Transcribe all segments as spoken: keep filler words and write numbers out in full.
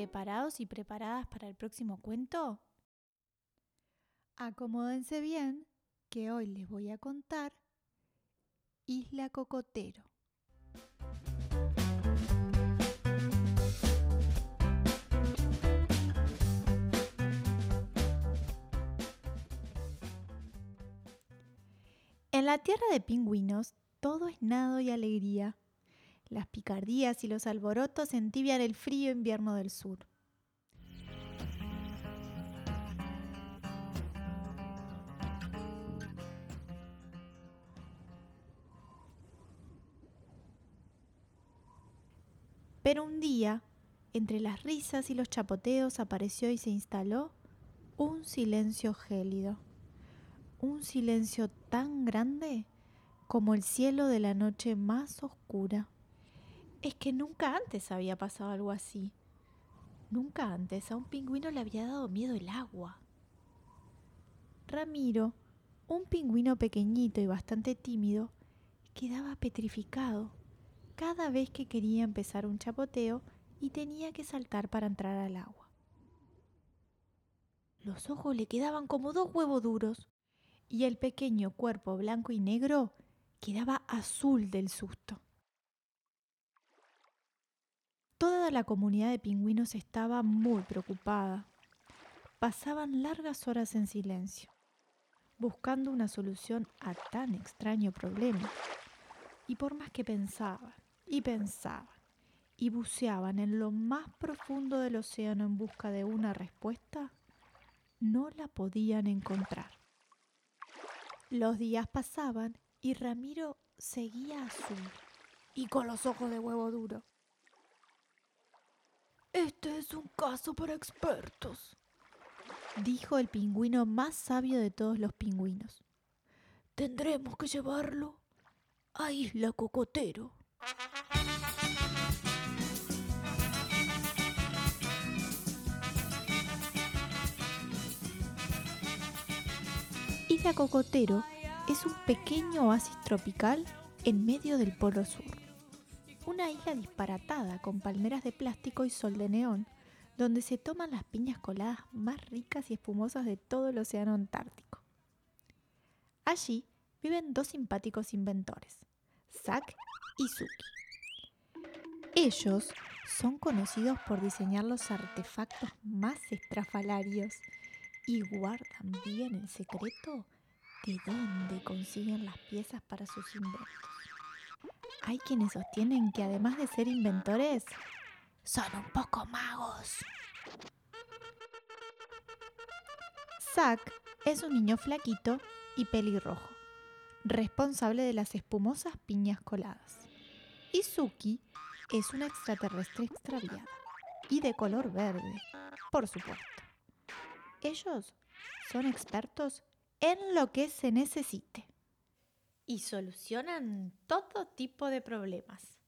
¿Preparados y preparadas para el próximo cuento? Acomódense bien, que hoy les voy a contar Isla Cocotero. En la tierra de pingüinos todo es nado y alegría. Las picardías y los alborotos entibian el frío invierno del sur. Pero un día, entre las risas y los chapoteos, apareció y se instaló un silencio gélido. Un silencio tan grande como el cielo de la noche más oscura. Es que nunca antes había pasado algo así. Nunca antes a un pingüino le había dado miedo el agua. Ramiro, un pingüino pequeñito y bastante tímido, quedaba petrificado cada vez que quería empezar un chapoteo y tenía que saltar para entrar al agua. Los ojos le quedaban como dos huevos duros y el pequeño cuerpo blanco y negro quedaba azul del susto. Toda la comunidad de pingüinos estaba muy preocupada. Pasaban largas horas en silencio, buscando una solución a tan extraño problema. Y por más que pensaban y pensaban y buceaban en lo más profundo del océano en busca de una respuesta, no la podían encontrar. Los días pasaban y Ramiro seguía azul y con los ojos de huevo duro. «Este es un caso para expertos», dijo el pingüino más sabio de todos los pingüinos. «Tendremos que llevarlo a Isla Cocotero». Isla Cocotero es un pequeño oasis tropical en medio del Polo Sur. Una isla disparatada con palmeras de plástico y sol de neón, donde se toman las piñas coladas más ricas y espumosas de todo el océano Antártico. Allí viven dos simpáticos inventores, Zack y Suki. Ellos son conocidos por diseñar los artefactos más estrafalarios y guardan bien el secreto de dónde consiguen las piezas para sus inventos. Hay quienes sostienen que además de ser inventores, son un poco magos. Zack es un niño flaquito y pelirrojo, responsable de las espumosas piñas coladas. Y Suki es una extraterrestre extraviada y de color verde, por supuesto. Ellos son expertos en lo que se necesite y solucionan todo tipo de problemas.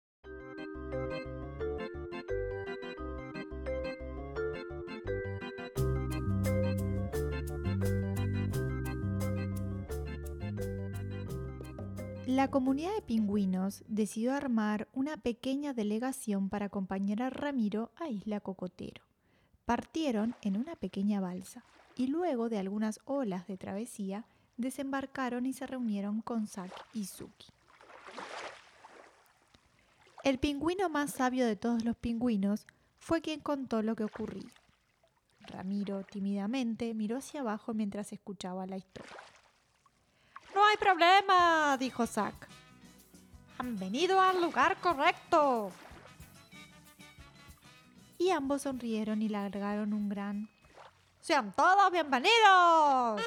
La comunidad de pingüinos decidió armar una pequeña delegación para acompañar a Ramiro a Isla Cocotero. Partieron en una pequeña balsa y luego de algunas olas de travesía desembarcaron y se reunieron con Zack y Suki. El pingüino más sabio de todos los pingüinos fue quien contó lo que ocurría. Ramiro tímidamente miró hacia abajo mientras escuchaba la historia. «No hay problema», dijo Zack. «Han venido al lugar correcto». Y ambos sonrieron y largaron un gran «¡Sean todos bienvenidos!».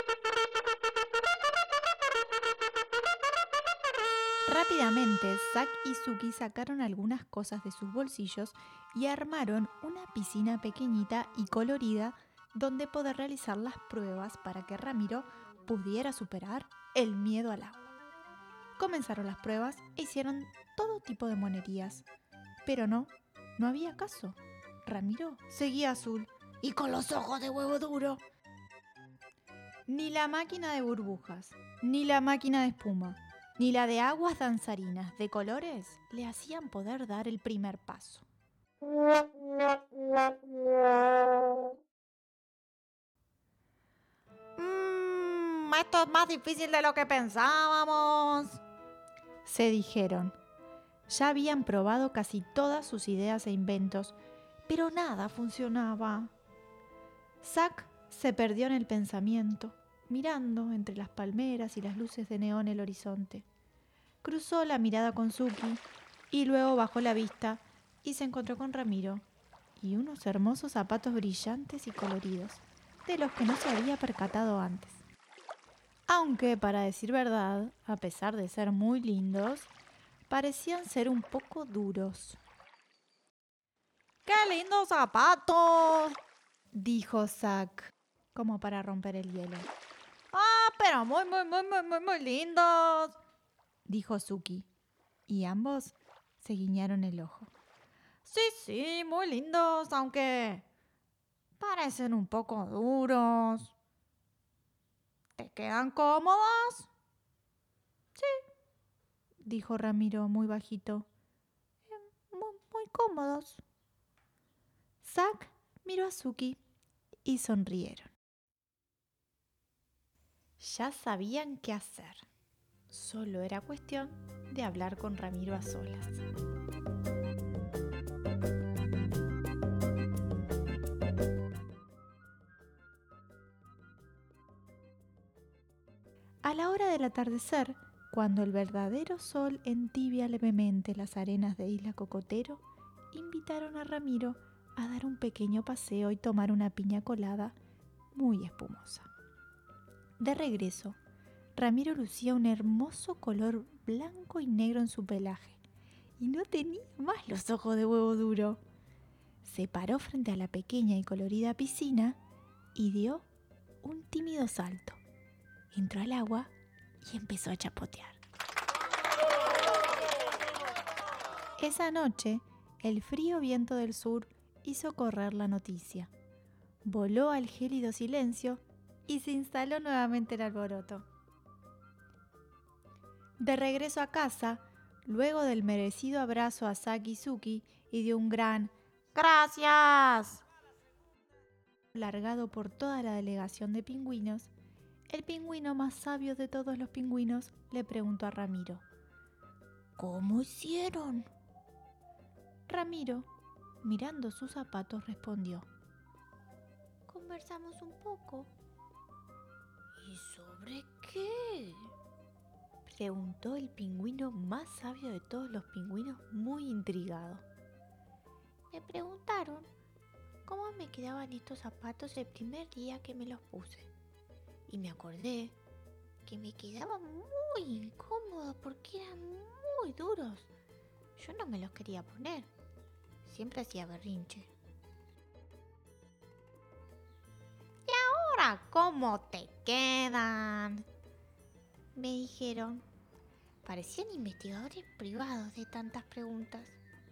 Rápidamente, Zack y Suki sacaron algunas cosas de sus bolsillos y armaron una piscina pequeñita y colorida donde poder realizar las pruebas para que Ramiro pudiera superar el miedo al agua. Comenzaron las pruebas e hicieron todo tipo de monerías, pero no, no había caso. Ramiro seguía azul y con los ojos de huevo duro. Ni la máquina de burbujas, ni la máquina de espuma, ni la de aguas danzarinas de colores le hacían poder dar el primer paso. Mmm, esto es más difícil de lo que pensábamos, se dijeron. Ya habían probado casi todas sus ideas e inventos, pero nada funcionaba. Zack se perdió en el pensamiento, mirando entre las palmeras y las luces de neón el horizonte. Cruzó la mirada con Suki y luego bajó la vista y se encontró con Ramiro y unos hermosos zapatos brillantes y coloridos, de los que no se había percatado antes. Aunque, para decir verdad, a pesar de ser muy lindos, parecían ser un poco duros. ¡Qué lindos zapatos!, dijo Zack, como para romper el hielo. ¡Ah, pero muy, muy, muy, muy, muy, muy lindos!, dijo Suki, y ambos se guiñaron el ojo. Sí, sí, muy lindos, aunque parecen un poco duros. ¿Te quedan cómodos? Sí, dijo Ramiro muy bajito. Muy, muy cómodos. Zack miró a Suki y sonrieron. Ya sabían qué hacer. Solo era cuestión de hablar con Ramiro a solas. A la hora del atardecer, cuando el verdadero sol entibia levemente las arenas de Isla Cocotero, invitaron a Ramiro a dar un pequeño paseo y tomar una piña colada muy espumosa. De regreso, Ramiro lucía un hermoso color blanco y negro en su pelaje y no tenía más los ojos de huevo duro. Se paró frente a la pequeña y colorida piscina y dio un tímido salto. Entró al agua y empezó a chapotear. Esa noche, el frío viento del sur hizo correr la noticia. Voló al gélido silencio y se instaló nuevamente el alboroto. De regreso a casa, luego del merecido abrazo a Saki y Suki y de un gran ¡gracias!, largado por toda la delegación de pingüinos, el pingüino más sabio de todos los pingüinos le preguntó a Ramiro: ¿cómo hicieron? Ramiro, mirando sus zapatos, respondió: conversamos un poco. ¿Y sobre qué?, preguntó el pingüino más sabio de todos los pingüinos, muy intrigado. Me preguntaron cómo me quedaban estos zapatos el primer día que me los puse. Y me acordé que me quedaban muy incómodos porque eran muy duros. Yo no me los quería poner. Siempre hacía berrinche. ¿Y ahora cómo te quedan?, me dijeron. Parecían investigadores privados de tantas preguntas.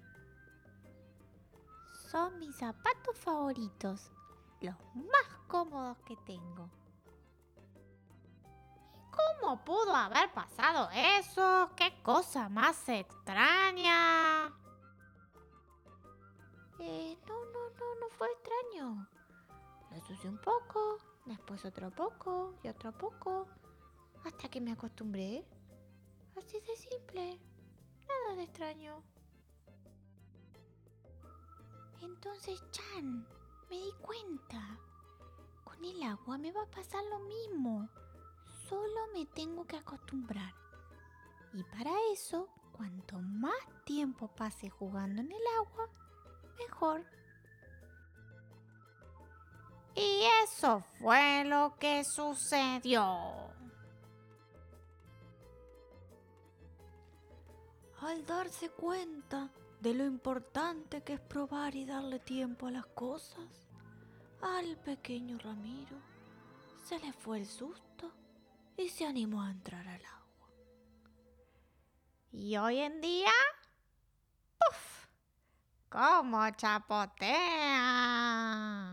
Son mis zapatos favoritos, los más cómodos que tengo. ¿Cómo pudo haber pasado eso? ¡Qué cosa más extraña! Eh, no, no, no, no fue extraño. Los usé un poco, después otro poco y otro poco, hasta que me acostumbré. Así de simple, nada de extraño. Entonces, Chan, me di cuenta. Con el agua me va a pasar lo mismo. Solo me tengo que acostumbrar. Y para eso, cuanto más tiempo pase jugando en el agua, mejor. Y eso fue lo que sucedió. Al darse cuenta de lo importante que es probar y darle tiempo a las cosas, al pequeño Ramiro se le fue el susto y se animó a entrar al agua. Y hoy en día, ¡puf!, ¡cómo chapotea!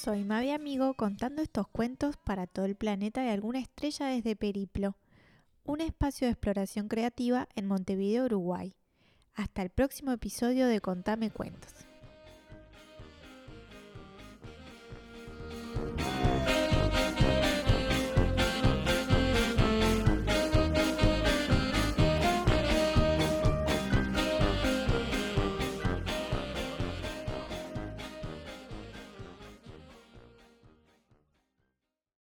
Soy Mavi Amigo contando estos cuentos para todo el planeta de alguna estrella desde Periplo, un espacio de exploración creativa en Montevideo, Uruguay. Hasta el próximo episodio de Contame Cuentos.